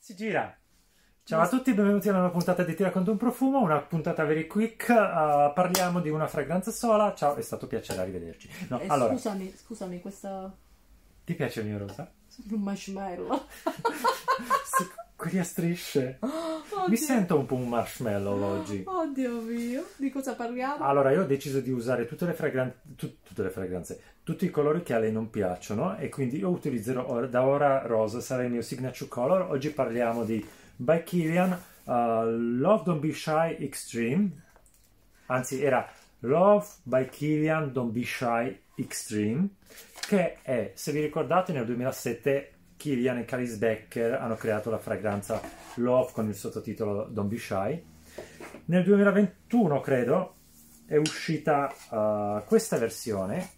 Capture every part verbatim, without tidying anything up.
Si gira. Ciao a tutti, benvenuti alla nuova puntata di Ti racconto un profumo, una puntata very quick, uh, parliamo di una fragranza sola. Ciao, è stato piacere, arrivederci. No, eh, allora, scusami, scusami, questa... ti piace il mio rosa? Un marshmallow. Sì, quelli a strisce. Oddio. Mi sento un po' un marshmallow oggi. Oddio mio, di cosa parliamo? Allora, io ho deciso di usare tutte le fragranze, tu- tutte le fragranze, tutti i colori che a lei non piacciono e quindi io utilizzerò or- da ora rosa, sarà il mio signature color. Oggi parliamo di By Kilian, uh, Love Don't Be Shy Extreme, anzi era Love by Kilian Don't Be Shy Extreme, che è, se vi ricordate, nel duemilasette Kilian e Calice Becker hanno creato la fragranza Love con il sottotitolo Don't Be Shy. Nel duemilaventuno, credo, è uscita uh, questa versione,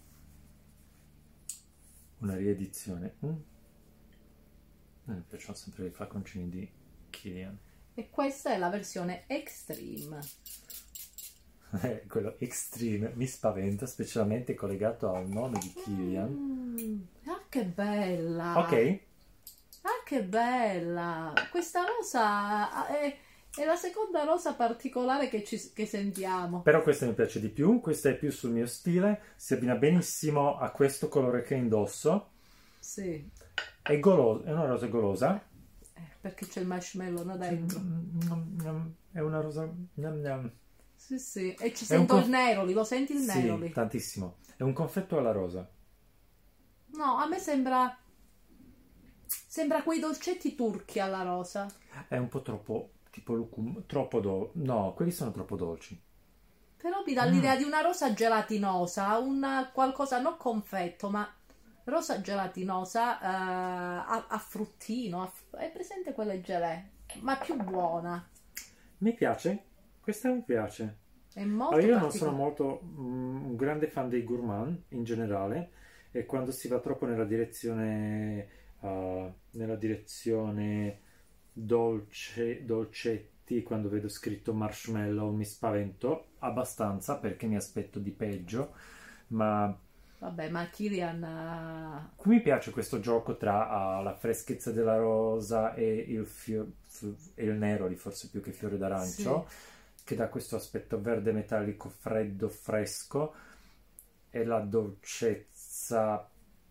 una riedizione. Mm. Mi piacciono sempre i flaconcini di Kilian. E questa è la versione Extreme. Eh, quello Extreme mi spaventa, specialmente collegato al nome di Kilian. Mm, ah, che bella! Ok. Ah, che bella! Questa rosa è, è la seconda rosa particolare che, ci, che sentiamo. Però questa mi piace di più, questa è più sul mio stile, si abbina benissimo a questo colore che indosso. Sì. È golosa, è una rosa golosa. Eh, perché c'è il marshmallow là dentro. È una rosa... Nam nam. Sì, sì. E ci È un sento conf- il neroli, lo senti il Sì, neroli? tantissimo. È un confetto alla rosa. No, a me sembra... Sembra quei dolcetti turchi alla rosa. È un po' troppo, tipo lucum, troppo dolce. No, quelli sono troppo dolci. Però mi dà l'idea di una rosa gelatinosa, una qualcosa, non confetto, ma rosa gelatinosa eh, a, a fruttino. A, è presente quelle gelée, ma più buona. Mi piace, questa mi piace. È molto Allora, io non particolare. sono molto mm, un grande fan dei gourmand in generale, e quando si va troppo nella direzione uh, nella direzione dolce, dolcetti, quando vedo scritto marshmallow mi spavento abbastanza perché mi aspetto di peggio, ma Vabbè, ma Kilian... eh, qui mi piace questo gioco tra uh, la freschezza della rosa e il, fio- f- e il nero, di forse più che fiore d'arancio, che dà questo aspetto verde metallico freddo, fresco, e la dolcezza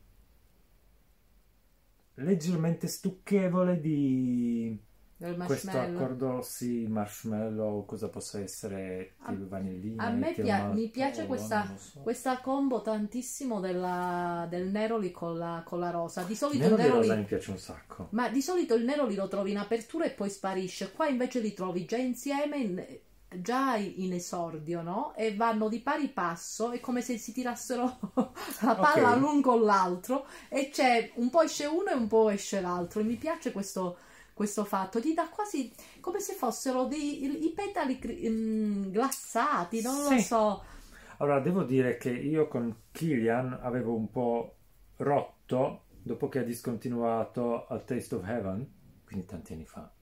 leggermente stucchevole di del questo marshmallow. accordo, sì, marshmallow, cosa possa essere, A, til vanillina, a me til pia- maltolo, mi piace questa, non lo so. questa combo tantissimo della, del neroli con la, con la rosa. Di Il solito nero il di rosa neroli... mi piace un sacco. Ma di solito il neroli lo trovi in apertura e poi sparisce. Qua invece li trovi già insieme, in- già in esordio, no? E vanno di pari passo, è come se si tirassero la palla Ok. l'un con l'altro, e c'è un po' esce uno e un po' esce l'altro. E mi piace questo, questo fatto, ti dà quasi come se fossero dei, i, i petali cri- mm, glassati, non lo Sì. so. Allora, devo dire che io con Kilian avevo un po' rotto dopo che ha discontinuato A Taste of Heaven, quindi tanti anni fa.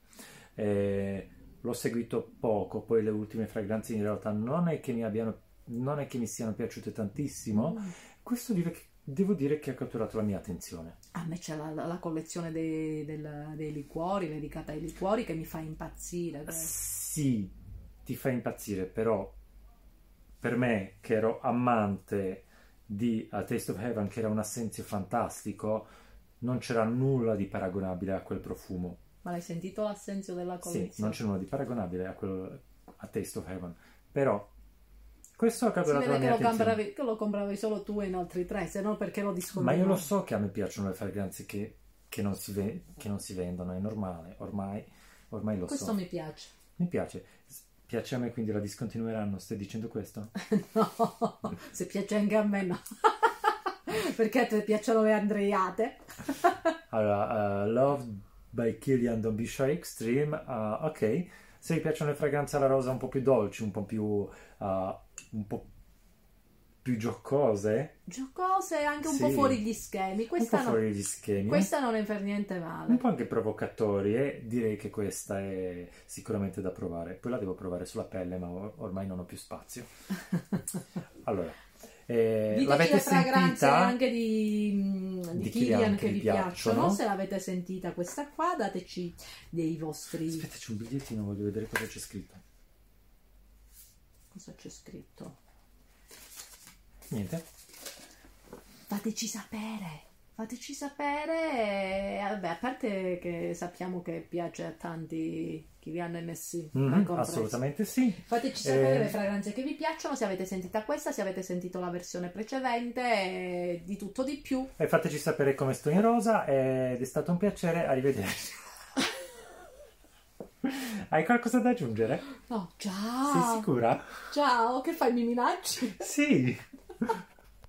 E l'ho seguito poco, poi le ultime fragranze in realtà non è che mi abbiano, non è che mi siano piaciute tantissimo. Mm. Questo dire che- devo dire che ha catturato la mia attenzione. A me c'è la, la- la collezione dei, del- dei liquori, dedicata ai liquori, che mi fa impazzire. Sì, ti fa impazzire, però per me, che ero amante di A Taste of Heaven, che era un assenzio fantastico, non c'era nulla di paragonabile a quel profumo. Ma l'hai sentito l'assenzio della Sì, collezione? non c'è nulla di paragonabile a quel A Taste of Heaven, però questo ha Si catturato la vede che mia lo, attenzione. compravi, che lo compravi solo tu e in altri tre, se no perché lo Ma discontinuavi? io lo so che a me piacciono le fragranze che, che non si ve- che non si vendono, è normale, ormai, ormai lo Questo so. mi piace. Mi piace. S- Piace a me, quindi la discontinueranno, stai dicendo questo? No, se piace anche a me no. Perché a te piacciono le andreiate? Allora, uh, Love by Kilian Don't Be Shy Extreme, uh, ok. Se vi piacciono le fragranze alla rosa un po' più dolci, un po' più, uh, un po' più giocose, Giocose e anche un Sì. po' fuori gli schemi. un Questa, po' no- fuori gli schemi, questa non è per niente male. un po' anche provocatori, e direi che questa è sicuramente da provare. Poi la devo provare sulla pelle, ma or- ormai non ho più spazio. Allora, Eh, diteci l'avete le fragranze sentita? anche di, di, Di Kilian Kilian che che vi vi piacciono. piacciono. Se l'avete sentita questa qua, dateci dei vostri... Aspetta, c'è un bigliettino, voglio vedere cosa c'è scritto. Cosa c'è scritto? Niente. Fateci sapere, fateci sapere. eh, Vabbè, a parte che sappiamo che piace a tanti Kilian M C, Mhm, mai compreso. assolutamente sì. Fateci sapere Eh, le fragranze che vi piacciono, se avete sentita questa, se avete sentito la versione precedente, e di tutto di più. E fateci sapere come sto in rosa ed è stato un piacere, arrivederci. Hai qualcosa da aggiungere? No, ciao. Sei sicura? Ciao, che fai, mi minacci? Sì.